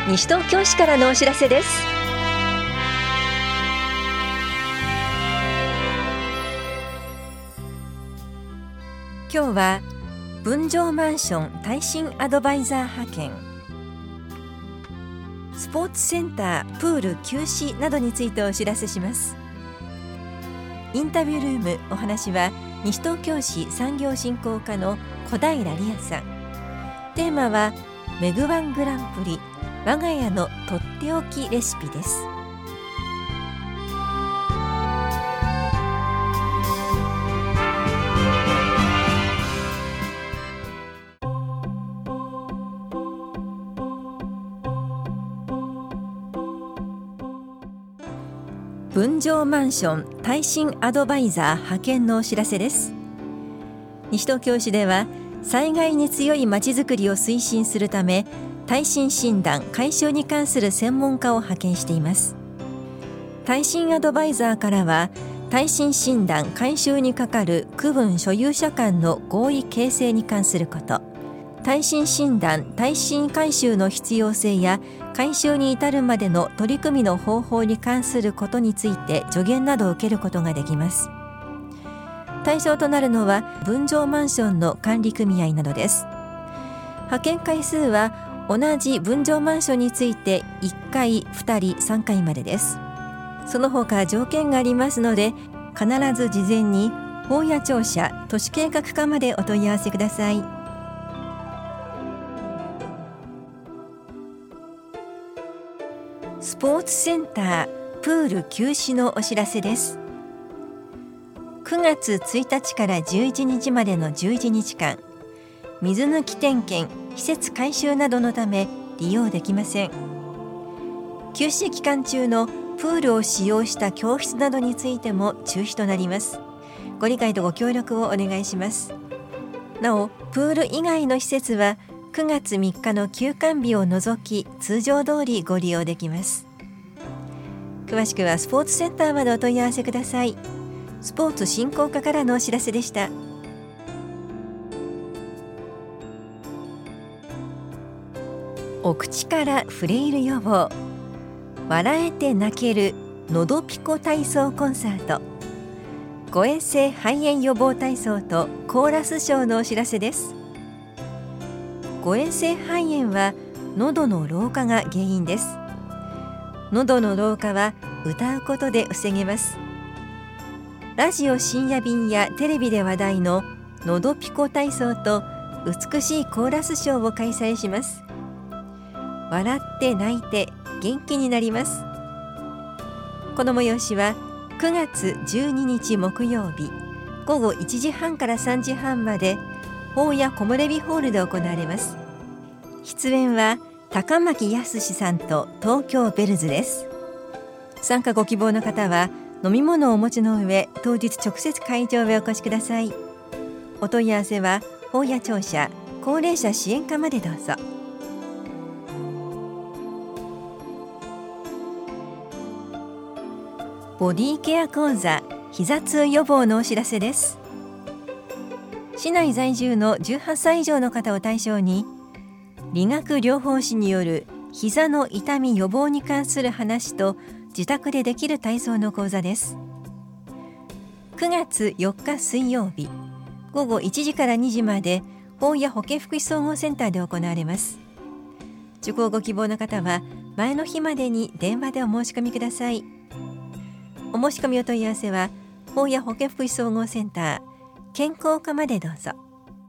西東京市からのお知らせです。今日は分譲マンション耐震アドバイザー派遣、スポーツセンタープール休止などについてお知らせします。インタビュールーム、お話は西東京市産業振興課の小平理也さん。テーマはメグワングランプリ我が家のとっておきレシピです。分譲マンション耐震アドバイザー派遣のお知らせです。西東京市では災害に強いまちづくりを推進するため、耐震診断・改修に関する専門家を派遣しています。耐震アドバイザーからは、耐震診断・改修にかかる区分所有者間の合意形成に関すること、耐震診断・耐震改修の必要性や改修に至るまでの取り組みの方法に関することについて助言などを受けることができます。対象となるのは分譲マンションの管理組合などです。派遣回数は同じ分譲マンションについて1回、2人、3回までです。その他条件がありますので、必ず事前に法や庁舎、都市計画課までお問い合わせください。スポーツセンタープール休止のお知らせです。9月1日から11日までの11日間、水抜き点検、施設改修などのため利用できません。休止期間中のプールを使用した教室などについても中止となります。ご理解とご協力をお願いします。なお、プール以外の施設は9月3日の休館日を除き通常通りご利用できます。詳しくはスポーツセンターまでお問い合わせください。スポーツ振興課からのお知らせでした。お口からフレイル予防、笑えて泣けるのどピコ体操コンサート、誤嚥性肺炎予防体操とコーラスショーのお知らせです。誤嚥性肺炎は喉の老化が原因です。喉の老化は歌うことで防げます。ラジオ深夜便やテレビで話題ののどピコ体操と美しいコーラスショーを開催します。笑って泣いて元気になります。この催しは9月12日木曜日午後1時半から3時半まで法や木漏れ日ホールで行われます。出演は高巻康さんと東京ベルズです。参加ご希望の方は飲み物をお持ちの上、当日直接会場へお越しください。お問い合わせは法や庁舎、高齢者支援課までどうぞ。ボディケア講座膝痛予防のお知らせです。市内在住の18歳以上の方を対象に、理学療法士による膝の痛み予防に関する話と自宅でできる体操の講座です。9月4日水曜日午後1時から2時まで法や保健福祉総合センターで行われます。受講ご希望の方は前の日までに電話でお申し込みください。お申し込みお問い合わせは法や保健福祉総合センター健康課までどうぞ。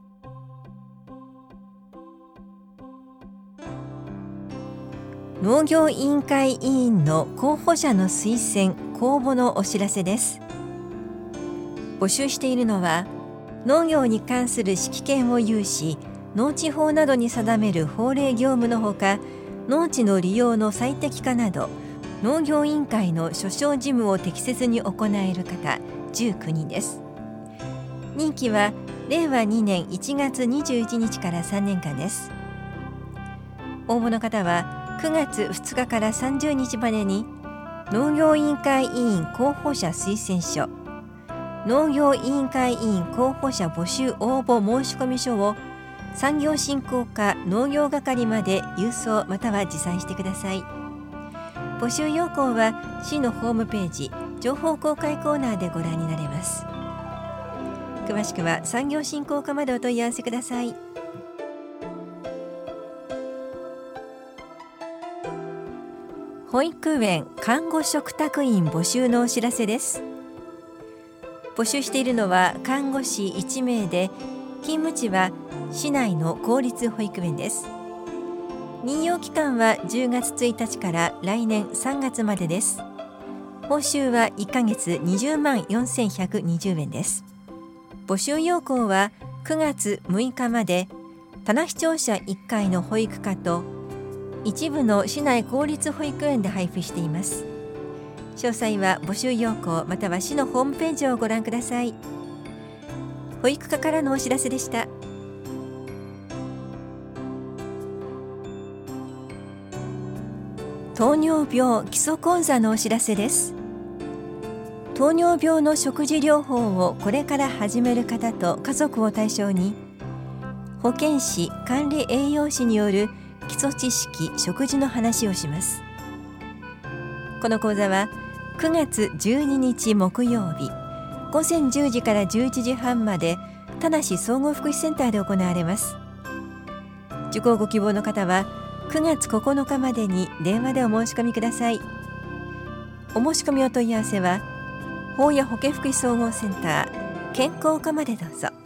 農業委員会委員の候補者の推薦・公募のお知らせです。募集しているのは、農業に関する指揮権を有し、農地法などに定める法令業務のほか、農地の利用の最適化など、農業委員会の所掌事務を適切に行える方19人です。任期は令和2年1月21日から3年間です。応募の方は9月2日から30日までに農業委員会委員候補者推薦書、農業委員会委員候補者募集応募申込書を産業振興課農業係まで郵送または持参してください。募集要項は市のホームページ情報公開コーナーでご覧になれます。詳しくは産業振興課までお問い合わせください。保育園看護嘱託員募集のお知らせです。募集しているのは看護師1名で、勤務地は市内の公立保育園です。任用期間は10月1日から来年3月までです。報酬は1ヶ月20万4120円です。募集要項は9月6日まで、棚視聴者1階の保育課と一部の市内公立保育園で配布しています。詳細は募集要項または市のホームページをご覧ください。保育課からのお知らせでした。糖尿病基礎講座のお知らせです。糖尿病の食事療法をこれから始める方と家族を対象に、保健師管理栄養士による基礎知識食事の話をします。この講座は9月12日木曜日午前10時から11時半まで田無総合福祉センターで行われます。受講ご希望の方は9月9日までに電話でお申し込みください。お申し込みお問い合わせは保谷保健福祉総合センター健康課までどうぞ。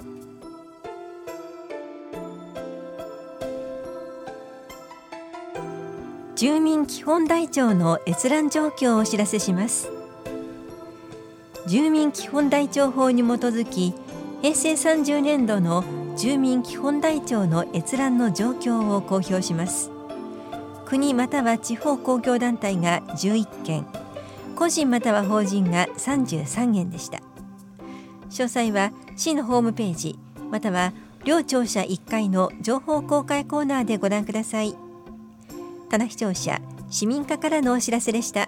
住民基本台帳の閲覧状況をお知らせします。住民基本台帳法に基づき、平成30年度の住民基本台帳の閲覧の状況を公表します。国または地方公共団体が11件、個人または法人が33件でした。詳細は市のホームページまたは両庁舎1階の情報公開コーナーでご覧ください。棚視聴者市民課からのお知らせでした。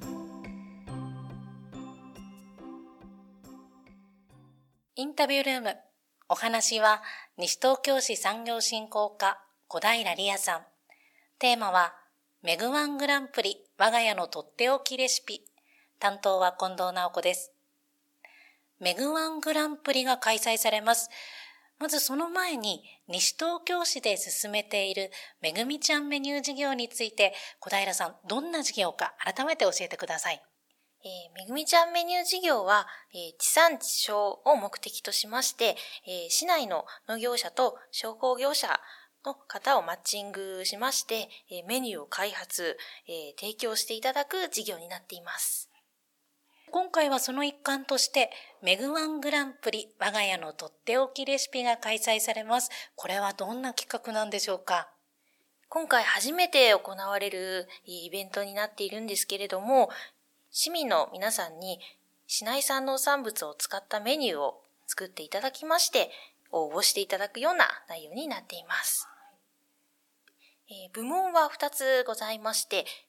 インタビュールーム。お話は西東京市産業振興課小平理也さん。テーマはメグワングランプリ我が家のとっておきレシピ。担当は近藤直子です。メグワングランプリが開催されます。まずその前に西東京市で進めているめぐみちゃんメニュー事業について小平さん、どんな事業か改めて教えてください。 めぐみちゃんメニュー事業は、地産地消を目的としまして、市内の農業者と商工業者の方をマッチングしまして、メニューを開発、提供していただく事業になっています。 今回はその一環としてメグワングランプリ我が家のとっておきレシピが開催されます。これはどんな企画なんでしょうか？ 今回初めて行われるイベントになっているんですけれども、市民の皆さんに市内産農産物を使ったメニューを作っていただきまして応募していただくような内容になっています。部門は2つございまして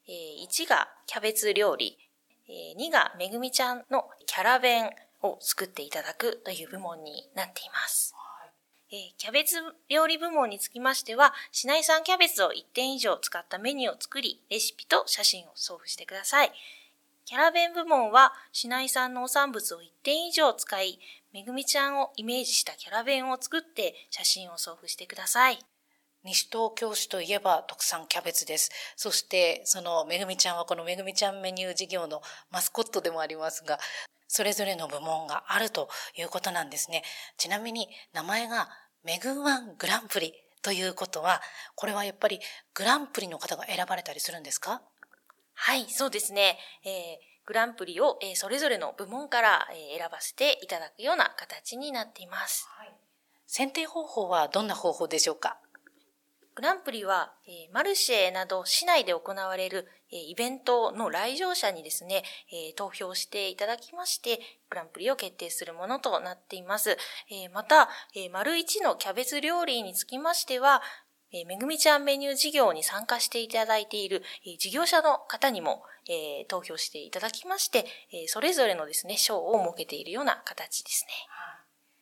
、1がキャベツ料理、2がめぐみちゃんのキャラ弁を作っていただくという部門になっています。キャベツ料理部門につきましては、市内産キャベツを1点以上使ったメニューを作り、レシピと写真を送付してください。キャラ弁部門は市内産農産物を1点以上使い、めぐみちゃんをイメージしたキャラ弁を作って写真を送付してください。 西東京市といえば特産キャベツです。そしてそのめぐみちゃんはこのめぐみちゃんメニュー事業のマスコットでもありますが、それぞれの部門があるということなんですね。ちなみに名前がメグワングランプリということは、これはやっぱりグランプリの方が選ばれたりするんですか？ はい、そうですね。グランプリをそれぞれの部門から選ばせていただくような形になっています。 はい、選定方法はどんな方法でしょうか？ グランプリはマルシェなど市内で行われるイベントの来場者にですね、投票していただきましてグランプリを決定するものとなっています。また、丸1のキャベツ料理につきましては、めぐみちゃんメニュー事業に参加していただいている事業者の方にも投票していただきまして、それぞれのですね、賞を設けているような形ですね。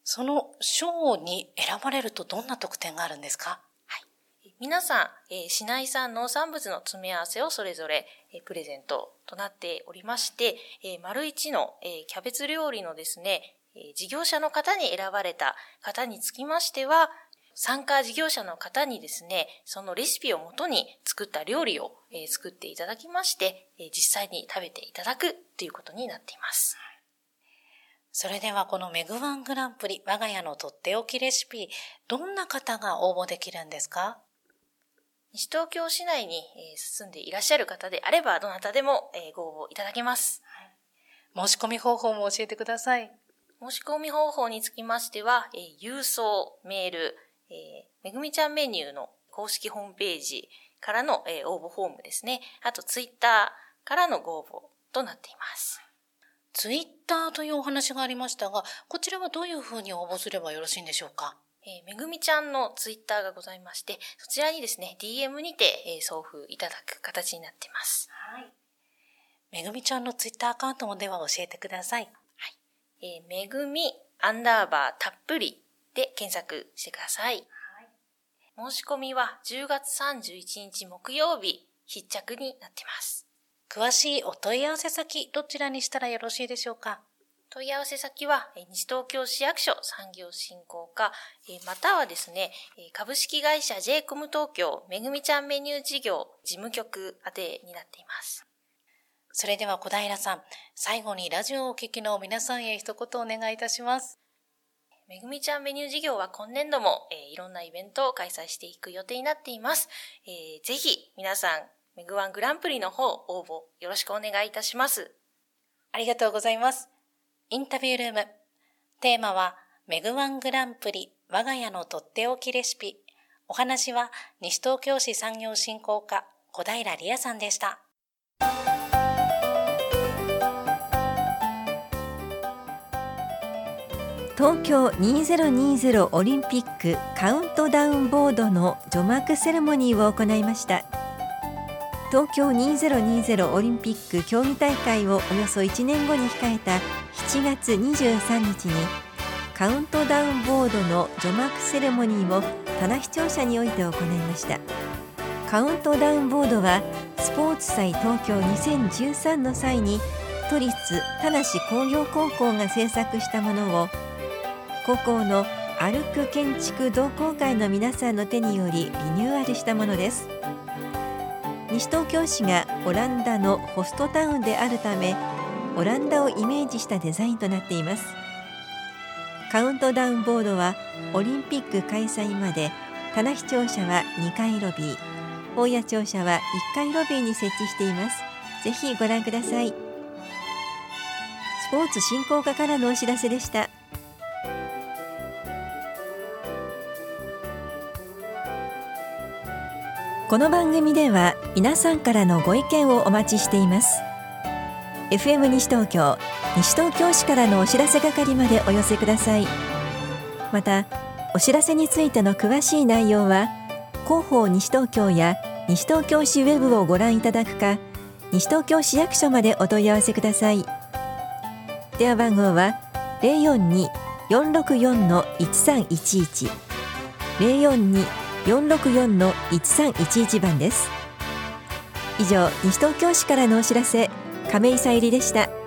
その賞に選ばれるとどんな特典があるんですか？ 皆さん、市内産農産物の詰め合わせをそれぞれプレゼントとなっておりまして、丸一のキャベツ料理のですね、事業者の方に選ばれた方につきましては、参加事業者の方にですね、そのレシピをもとに作った料理を作っていただきまして、実際に食べていただくということになっています。 それではこのメグワングランプリ我が家のとっておきレシピ、どんな方が応募できるんですか？ 西東京市内に住んでいらっしゃる方であれば、どなたでもご応募いただけます。 申し込み方法も教えてください。 申し込み方法につきましては、郵送、メール、めぐみちゃんメニューの公式ホームページからの応募フォームですね。あとツイッターからのご応募となっています。 ツイッターというお話がありましたが、こちらはどういうふうに応募すればよろしいんでしょうか？ めぐみちゃんのツイッターがございまして、そちらにですね、DM にて送付いただく形になっています。 はい。めぐみちゃんのツイッターアカウントもでは教えてください。 はい。めぐみ_たっぷりで検索してください。はい。申し込みは10月31日木曜日必着になっています。 詳しいお問い合わせ先、どちらにしたらよろしいでしょうか？ 問い合わせ先は西東京市役所産業振興課、またはですね、株式会社 J コム東京めぐみちゃんメニュー事業事務局宛てになっています。 それでは小平さん、最後にラジオをお聞きの皆さんへ一言お願いいたします。 めぐみちゃんメニュー事業は今年度もいろんなイベントを開催していく予定になっています。ぜひ皆さんメグワングランプリの方応募よろしくお願いいたします。 ありがとうございます。インタビュールーム。テーマはメグワングランプリ我が家のとっておきレシピ。お話は西東京市産業振興課小平理也さんでした。 東京2020オリンピックカウントダウンボードの除幕セレモニーを行いました。東京2020オリンピック競技大会をおよそ1年後に控えた7月23日にカウントダウンボードの除幕セレモニーを棚視聴者において行いました。カウントダウンボードはスポーツ祭東京2013の際に都立田無工業高校が制作したものを高校の歩く建築同好会の皆さんの手によりリニューアルしたものです。西東京市がオランダのホストタウンであるためオランダをイメージしたデザインとなっています。カウントダウンボードはオリンピック開催まで棚視聴者は2階ロビー、大谷庁舎は1階ロビーに設置しています。ぜひご覧ください。スポーツ振興課からのお知らせでした。この番組では皆さんからのご意見をお待ちしています。 FM 西東京西東京市からのお知らせ係までお寄せください。またお知らせについての詳しい内容は広報西東京や西東京市ウェブをご覧いただくか西東京市役所までお問い合わせください。電話番号は 042-464-1311 042-464-1311 番です。以上、西東京市からのお知らせ、亀井さゆりでした。